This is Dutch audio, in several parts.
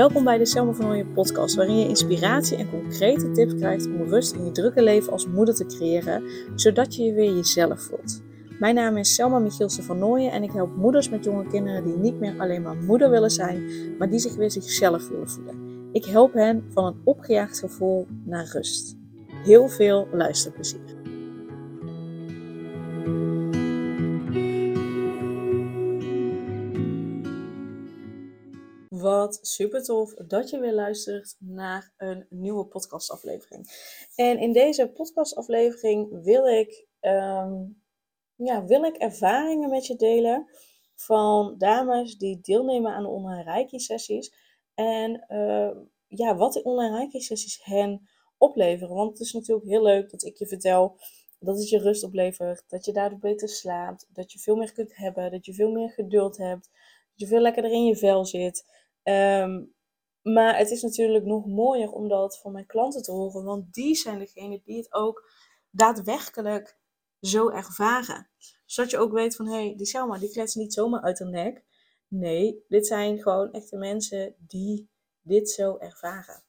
Welkom bij de Selma van Nooijen podcast, waarin je inspiratie en concrete tips krijgt om rust in je drukke leven als moeder te creëren, zodat je je weer jezelf voelt. Mijn naam is Selma Michielse van Nooijen en ik help moeders met jonge kinderen die niet meer alleen maar moeder willen zijn, maar die zich weer zichzelf willen voelen. Ik help hen van een opgejaagd gevoel naar rust. Heel veel luisterplezier. Wat super tof dat je weer luistert naar een nieuwe podcastaflevering. En in deze podcastaflevering wil ik ervaringen met je delen van dames die deelnemen aan de online Reiki sessies. En wat die online Reiki sessies hen opleveren. Want het is natuurlijk heel leuk dat ik je vertel dat het je rust oplevert. Dat je daardoor beter slaapt. Dat je veel meer kunt hebben. Dat je veel meer geduld hebt. Dat je veel lekkerder in je vel zit. Maar het is natuurlijk nog mooier om dat van mijn klanten te horen. Want die zijn degene die het ook daadwerkelijk zo ervaren. Zodat je ook weet van, die Selma, die kletst niet zomaar uit haar nek. Nee, dit zijn gewoon echte mensen die dit zo ervaren.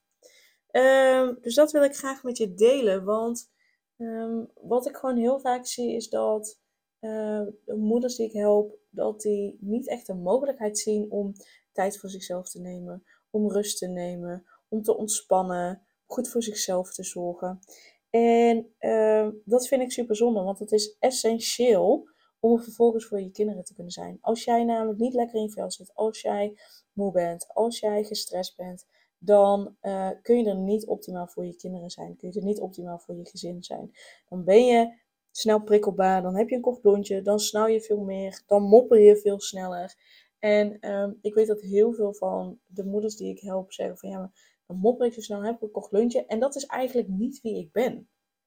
Dus dat wil ik graag met je delen. Want wat ik gewoon heel vaak zie is dat de moeders die ik help, dat die niet echt een mogelijkheid zien om tijd voor zichzelf te nemen. Om rust te nemen. Om te ontspannen. Goed voor zichzelf te zorgen. En dat vind ik super zonde, want het is essentieel om er vervolgens voor je kinderen te kunnen zijn. Als jij namelijk niet lekker in je vel zit, als jij moe bent, als jij gestrest bent, dan kun je er niet optimaal voor je kinderen zijn. Kun je er niet optimaal voor je gezin zijn. Dan ben je snel prikkelbaar, dan heb je een kort lontje, dan snauw je veel meer, dan mopper je veel sneller. En ik weet dat heel veel van de moeders die ik help zeggen van dan mopper ik zo snel, dan heb ik een kort lontje. En dat is eigenlijk niet wie ik ben.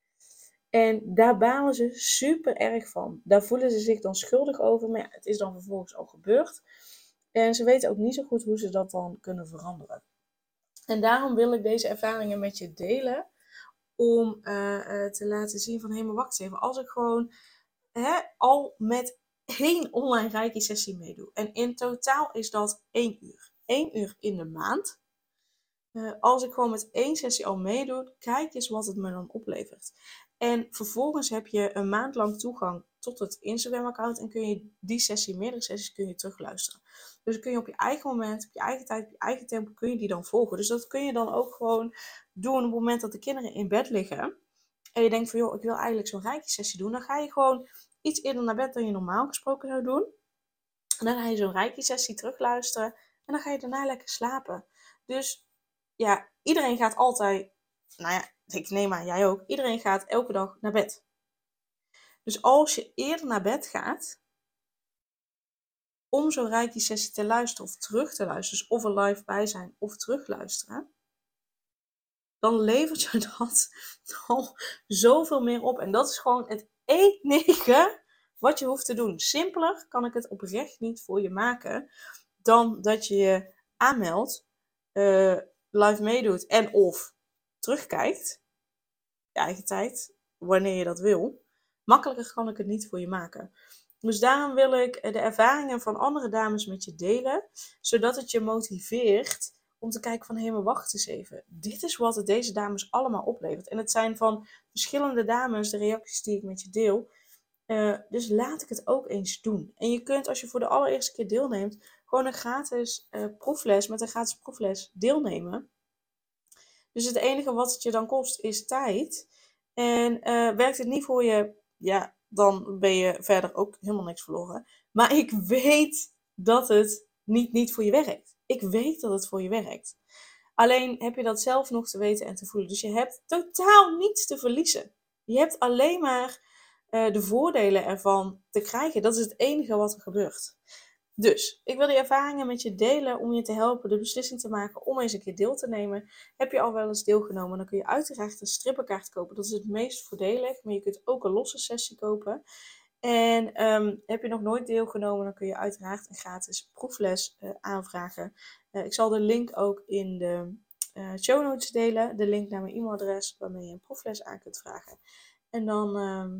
En daar balen ze super erg van. Daar voelen ze zich dan schuldig over. Maar het is dan vervolgens al gebeurd. En ze weten ook niet zo goed hoe ze dat dan kunnen veranderen. En daarom wil ik deze ervaringen met je delen. Om te laten zien van, maar wacht even. Als ik gewoon al met 1 online Reiki sessie meedoe. En in totaal is dat 1 uur. 1 uur in de maand. Als ik gewoon met 1 sessie al meedoe, kijk eens wat het me dan oplevert. En vervolgens heb je een maand lang toegang tot het Instagram-account en kun je die sessie, meerdere sessies, kun je terugluisteren. Dus dan kun je op je eigen moment, op je eigen tijd, op je eigen tempo, kun je die dan volgen. Dus dat kun je dan ook gewoon doen op het moment dat de kinderen in bed liggen. En je denkt van, ik wil eigenlijk zo'n Reiki-sessie doen. Dan ga je gewoon iets eerder naar bed dan je normaal gesproken zou doen. En dan ga je zo'n Reiki-sessie terugluisteren en dan ga je daarna lekker slapen. Dus iedereen gaat altijd, ik neem aan jij ook, iedereen gaat elke dag naar bed. Dus als je eerder naar bed gaat, om zo'n Reiki-sessie te luisteren of terug te luisteren, dus of er live bij zijn of terugluisteren, dan levert je dat al zoveel meer op. En dat is gewoon het enige wat je hoeft te doen. Simpeler kan ik het oprecht niet voor je maken, dan dat je je aanmeldt, live meedoet en of terugkijkt, je eigen tijd, wanneer je dat wil. Makkelijker kan ik het niet voor je maken. Dus daarom wil ik de ervaringen van andere dames met je delen, zodat het je motiveert om te kijken van, maar wacht eens even. Dit is wat het deze dames allemaal oplevert. En het zijn van verschillende dames de reacties die ik met je deel. Dus laat ik het ook eens doen. En je kunt, als je voor de allereerste keer deelneemt, gewoon een gratis proefles, met een gratis proefles deelnemen. Dus het enige wat het je dan kost is tijd. En werkt het niet voor je, dan ben je verder ook helemaal niks verloren. Maar ik weet dat het niet voor je werkt. Ik weet dat het voor je werkt. Alleen heb je dat zelf nog te weten en te voelen. Dus je hebt totaal niets te verliezen. Je hebt alleen maar de voordelen ervan te krijgen. Dat is het enige wat er gebeurt. Dus ik wil die ervaringen met je delen om je te helpen de beslissing te maken om eens een keer deel te nemen. Heb je al wel eens deelgenomen, dan kun je uiteraard een strippenkaart kopen. Dat is het meest voordelig, maar je kunt ook een losse sessie kopen. En heb je nog nooit deelgenomen, dan kun je uiteraard een gratis proefles aanvragen. Ik zal de link ook in de show notes delen. De link naar mijn e-mailadres waarmee je een proefles aan kunt vragen. En dan,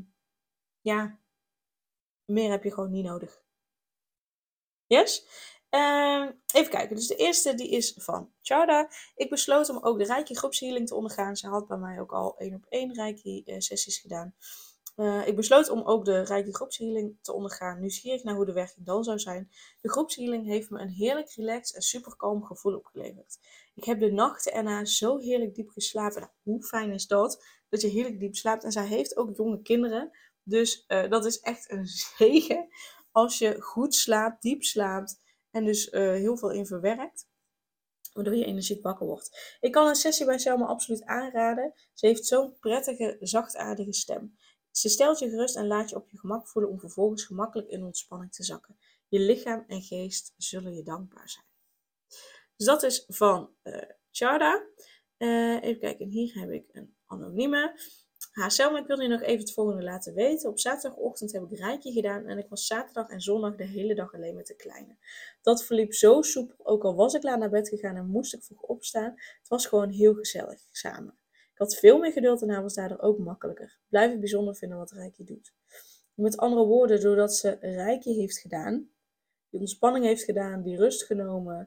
meer heb je gewoon niet nodig. Yes? Even kijken, dus de eerste die is van Charda. Ik besloot om ook de Reiki groepshealing te ondergaan. Ze had bij mij ook al 1-op-1 Reiki sessies gedaan. Ik besloot om ook de Reiki groepshealing te ondergaan, nieuwsgierig naar hoe de werking dan zou zijn. De groepshealing heeft me een heerlijk relaxed en super kalm gevoel opgeleverd. Ik heb de nachten erna zo heerlijk diep geslapen. Nou, hoe fijn is dat? Dat je heerlijk diep slaapt. En zij heeft ook jonge kinderen. Dus dat is echt een zegen als je goed slaapt, diep slaapt. En dus heel veel in verwerkt. Waardoor je energiek wakker wordt. Ik kan een sessie bij Selma absoluut aanraden. Ze heeft zo'n prettige, zachtaardige stem. Ze stelt je gerust en laat je op je gemak voelen om vervolgens gemakkelijk in ontspanning te zakken. Je lichaam en geest zullen je dankbaar zijn. Dus dat is van Charda. Even kijken, hier heb ik een anonieme. Selma, ik wilde je nog even het volgende laten weten. Op zaterdagochtend heb ik Reiki gedaan en ik was zaterdag en zondag de hele dag alleen met de kleine. Dat verliep zo soepel, ook al was ik laat naar bed gegaan en moest ik vroeg opstaan. Het was gewoon heel gezellig samen. Ik had veel meer geduld en hij was daardoor ook makkelijker. Blijf het bijzonder vinden wat Reiki doet. Met andere woorden, doordat ze Reiki heeft gedaan, die ontspanning heeft gedaan, die rust genomen,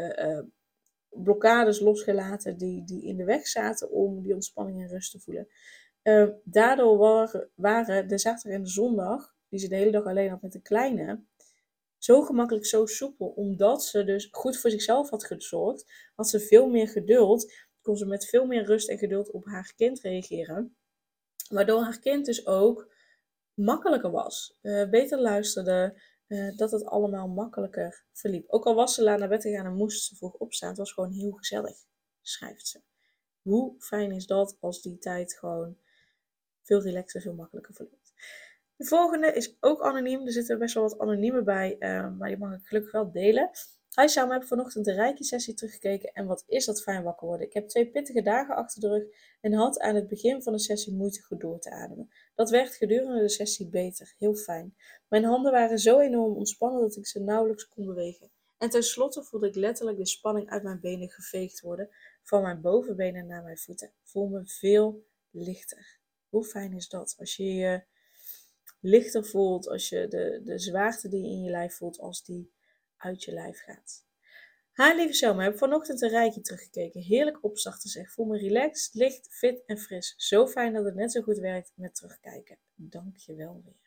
blokkades losgelaten die in de weg zaten om die ontspanning en rust te voelen. Daardoor waren de zaterdag en de zondag, die ze de hele dag alleen had met de kleine, zo gemakkelijk, zo soepel. Omdat ze dus goed voor zichzelf had gezorgd, had ze veel meer geduld. Kon ze met veel meer rust en geduld op haar kind reageren. Waardoor haar kind dus ook makkelijker was. Beter luisterde. Dat het allemaal makkelijker verliep. Ook al was ze laat naar bed gegaan en moest ze vroeg opstaan. Het was gewoon heel gezellig, schrijft ze. Hoe fijn is dat als die tijd gewoon veel relaxer, veel makkelijker verloopt. De volgende is ook anoniem. Er zitten best wel wat anoniemen bij, maar die mag ik gelukkig wel delen. Hi Sam, heb vanochtend de Reiki-sessie teruggekeken en wat is dat fijn wakker worden. Ik heb 2 pittige dagen achter de rug en had aan het begin van de sessie moeite goed door te ademen. Dat werd gedurende de sessie beter, heel fijn. Mijn handen waren zo enorm ontspannen dat ik ze nauwelijks kon bewegen. En tenslotte voelde ik letterlijk de spanning uit mijn benen geveegd worden, van mijn bovenbenen naar mijn voeten. Ik voel me veel lichter. Hoe fijn is dat? Als je je lichter voelt, als je de zwaarte die je in je lijf voelt, als die uit je lijf gaat. Lieve Selma, ik heb vanochtend de Reiki teruggekeken. Heerlijk opstarten zeg. Voel me relaxed, licht, fit en fris. Zo fijn dat het net zo goed werkt met terugkijken. Dank je wel weer.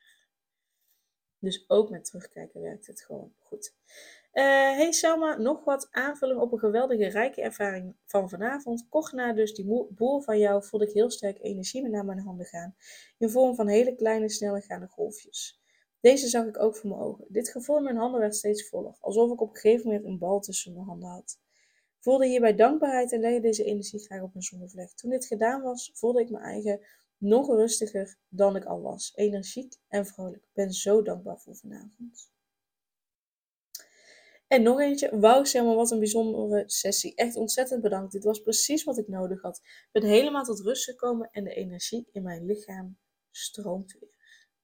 Dus ook met terugkijken werkt het gewoon goed. Hey Selma, nog wat aanvulling op een geweldige rijke ervaring van vanavond. Kort na dus die boel van jou voelde ik heel sterk energie naar mijn handen gaan. In vorm van hele kleine, snelgaande golfjes. Deze zag ik ook voor mijn ogen. Dit gevoel in mijn handen werd steeds voller. Alsof ik op een gegeven moment een bal tussen mijn handen had. Ik voelde hierbij dankbaarheid en legde deze energie graag op mijn zonnevlecht. Toen dit gedaan was, voelde ik me eigen nog rustiger dan ik al was. Energiek en vrolijk. Ik ben zo dankbaar voor vanavond. En nog eentje. Wauw, Selma, wat een bijzondere sessie. Echt ontzettend bedankt. Dit was precies wat ik nodig had. Ik ben helemaal tot rust gekomen en de energie in mijn lichaam stroomt weer.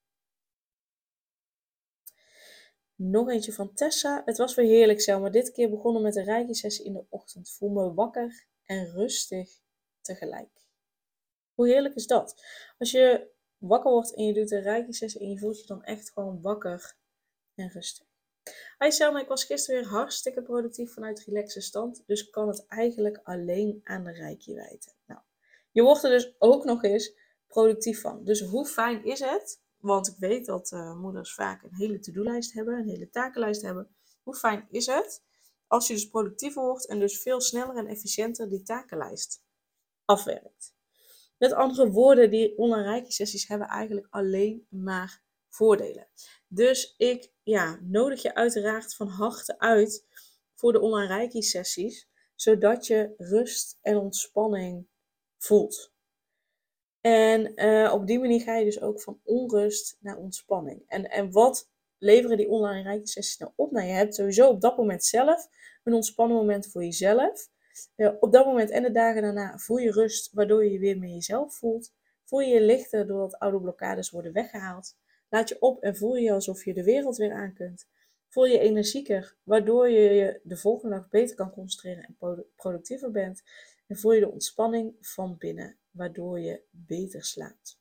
Nog eentje van Tessa. Het was weer heerlijk, Selma. Dit keer begonnen met een Reiki-sessie in de ochtend. Voel me wakker en rustig tegelijk. Hoe heerlijk is dat? Als je wakker wordt en je doet een Reiki-sessie en je voelt je dan echt gewoon wakker en rustig. Hi Selma, ik was gisteren weer hartstikke productief vanuit relaxe stand, dus kan het eigenlijk alleen aan de Reiki wijten. Nou, je wordt er dus ook nog eens productief van. Dus hoe fijn is het? Want ik weet dat moeders vaak een hele to-do-lijst hebben, een hele takenlijst hebben. Hoe fijn is het als je dus productiever wordt en dus veel sneller en efficiënter die takenlijst afwerkt? Met andere woorden, die online Reiki sessies hebben eigenlijk alleen maar voordelen. Dus ik nodig je uiteraard van harte uit voor de online Reiki sessies, zodat je rust en ontspanning voelt. En op die manier ga je dus ook van onrust naar ontspanning. En wat leveren die online Reiki sessies nou op? Nou, je hebt sowieso op dat moment zelf een ontspannen moment voor jezelf. Op dat moment en de dagen daarna voel je rust, waardoor je je weer meer jezelf voelt. Voel je je lichter doordat oude blokkades worden weggehaald. Laat je op en voel je alsof je de wereld weer aan kunt. Voel je energieker, waardoor je je de volgende dag beter kan concentreren en productiever bent. En voel je de ontspanning van binnen, waardoor je beter slaapt.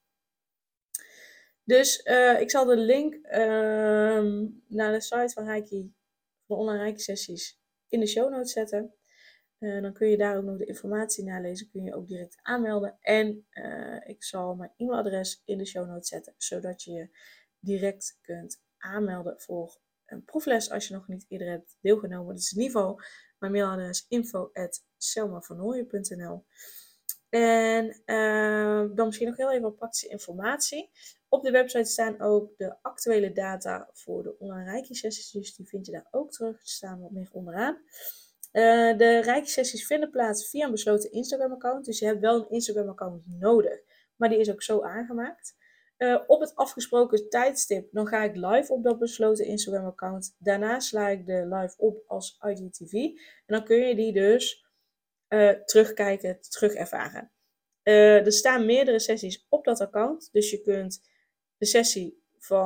Dus ik zal de link naar de site van Reiki van de online reiki sessies in de show notes zetten. Dan kun je daar ook nog de informatie nalezen. Kun je ook direct aanmelden. En ik zal mijn e-mailadres in de show notes zetten. Zodat je je direct kunt aanmelden voor een proefles. Als je nog niet eerder hebt deelgenomen. Dat is in ieder geval mijn mailadres info@selmavanhooyen.nl. En dan misschien nog heel even wat praktische informatie. Op de website staan ook de actuele data voor de online reiki sessies. Dus die vind je daar ook terug. Die staan wat meer onderaan. De reiki sessies vinden plaats via een besloten Instagram account. Dus je hebt wel een Instagram account nodig. Maar die is ook zo aangemaakt. Op het afgesproken tijdstip dan ga ik live op dat besloten Instagram account. Daarna sla ik de live op als IGTV. En dan kun je die dus terugkijken, terug ervaren. Er staan meerdere sessies op dat account. Dus je kunt de sessie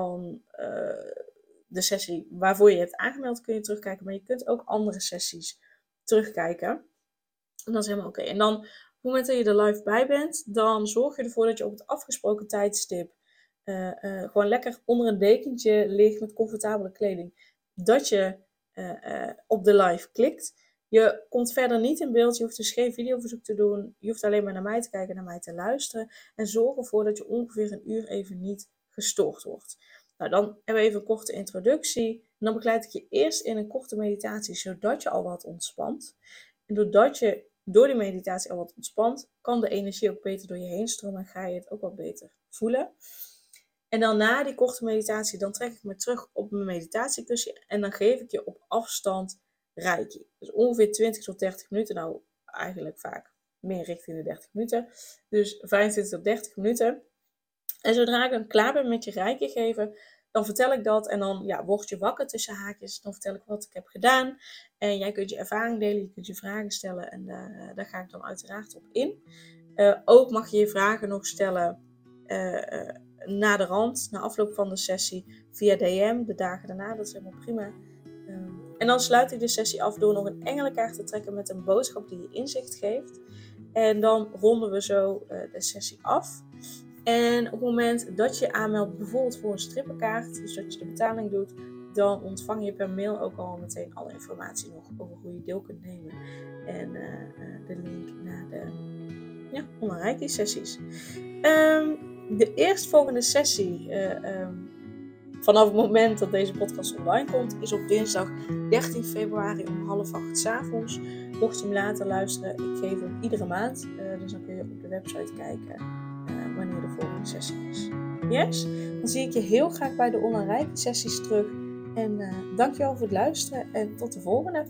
de sessie waarvoor je hebt aangemeld kun je terugkijken. Maar je kunt ook andere sessies terugkijken. En dat is helemaal oké. En dan op het moment dat je er live bij bent, dan zorg je ervoor dat je op het afgesproken tijdstip gewoon lekker onder een dekentje ligt met comfortabele kleding. Dat je op de live klikt. Je komt verder niet in beeld. Je hoeft dus geen videoverzoek te doen. Je hoeft alleen maar naar mij te kijken, naar mij te luisteren. En zorg ervoor dat je ongeveer een uur even niet gestoord wordt. Nou, dan hebben we even een korte introductie. En dan begeleid ik je eerst in een korte meditatie, zodat je al wat ontspant. En doordat je door die meditatie al wat ontspant, kan de energie ook beter door je heen stromen en ga je het ook wat beter voelen. En dan na die korte meditatie, dan trek ik me terug op mijn meditatiekussen en dan geef ik je op afstand reiki. Dus ongeveer 20 tot 30 minuten, nou eigenlijk vaak meer richting de 30 minuten. Dus 25 tot 30 minuten. En zodra ik dan klaar ben met je reiki geven, dan vertel ik dat en dan word je wakker tussen haakjes. Dan vertel ik wat ik heb gedaan. En jij kunt je ervaring delen, je kunt je vragen stellen en daar ga ik dan uiteraard op in. Ook mag je je vragen nog stellen na de rand, na afloop van de sessie, via DM, de dagen daarna, dat is helemaal prima. En dan sluit ik de sessie af door nog een engelenkaart te trekken met een boodschap die je inzicht geeft. En dan ronden we zo de sessie af. En op het moment dat je aanmeldt, bijvoorbeeld voor een strippenkaart, dus dat je de betaling doet, dan ontvang je per mail ook al meteen alle informatie nog over hoe je deel kunt nemen. En de link naar de online reiki sessies. De eerstvolgende sessie, vanaf het moment dat deze podcast online komt, is op dinsdag 13 februari om 7:30 s'avonds. Mocht je hem later luisteren, ik geef hem iedere maand. Dus dan kun je op de website kijken wanneer de volgende sessie is. Yes? Dan zie ik je heel graag bij de online reiki sessies terug. En dankjewel voor het luisteren en tot de volgende.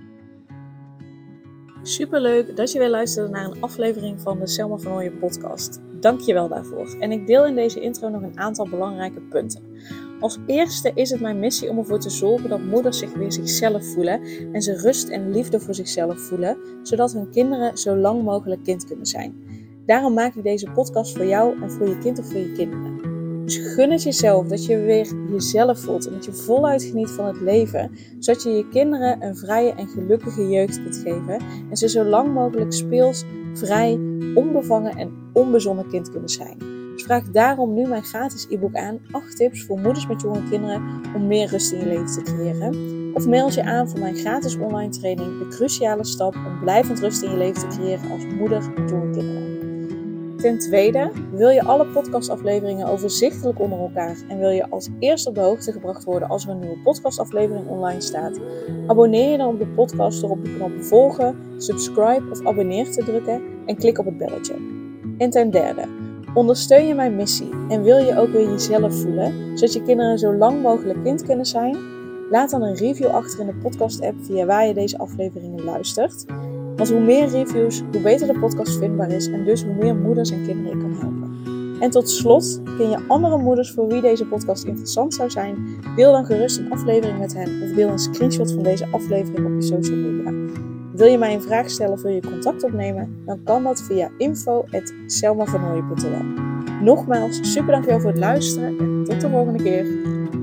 Superleuk dat je weer luisterde naar een aflevering van de Selma van Hooyen podcast. Dankjewel daarvoor. En ik deel in deze intro nog een aantal belangrijke punten. Als eerste is het mijn missie om ervoor te zorgen dat moeders zich weer zichzelf voelen en ze rust en liefde voor zichzelf voelen, zodat hun kinderen zo lang mogelijk kind kunnen zijn. Daarom maak ik deze podcast voor jou en voor je kind of voor je kinderen. Dus gun het jezelf dat je weer jezelf voelt en dat je voluit geniet van het leven, zodat je je kinderen een vrije en gelukkige jeugd kunt geven en ze zo lang mogelijk speels, vrij, onbevangen en onbezonnen kind kunnen zijn. Dus vraag daarom nu mijn gratis e-book aan, 8 tips voor moeders met jonge kinderen om meer rust in je leven te creëren. Of meld je aan voor mijn gratis online training, de cruciale stap om blijvend rust in je leven te creëren als moeder met jonge kinderen. Ten tweede, wil je alle podcastafleveringen overzichtelijk onder elkaar en wil je als eerste op de hoogte gebracht worden als er een nieuwe podcastaflevering online staat? Abonneer je dan op de podcast door op de knop volgen, subscribe of abonneer te drukken en klik op het belletje. En ten derde, ondersteun je mijn missie en wil je ook weer jezelf voelen, zodat je kinderen zo lang mogelijk kind kunnen zijn? Laat dan een review achter in de podcast app via waar je deze afleveringen luistert. Want hoe meer reviews, hoe beter de podcast vindbaar is en dus hoe meer moeders en kinderen je kan helpen. En tot slot, ken je andere moeders voor wie deze podcast interessant zou zijn? Deel dan gerust een aflevering met hen of deel een screenshot van deze aflevering op je social media. Wil je mij een vraag stellen of wil je contact opnemen? Dan kan dat via info@selmavanhooyen.nl. Nogmaals, super dankjewel voor het luisteren en tot de volgende keer.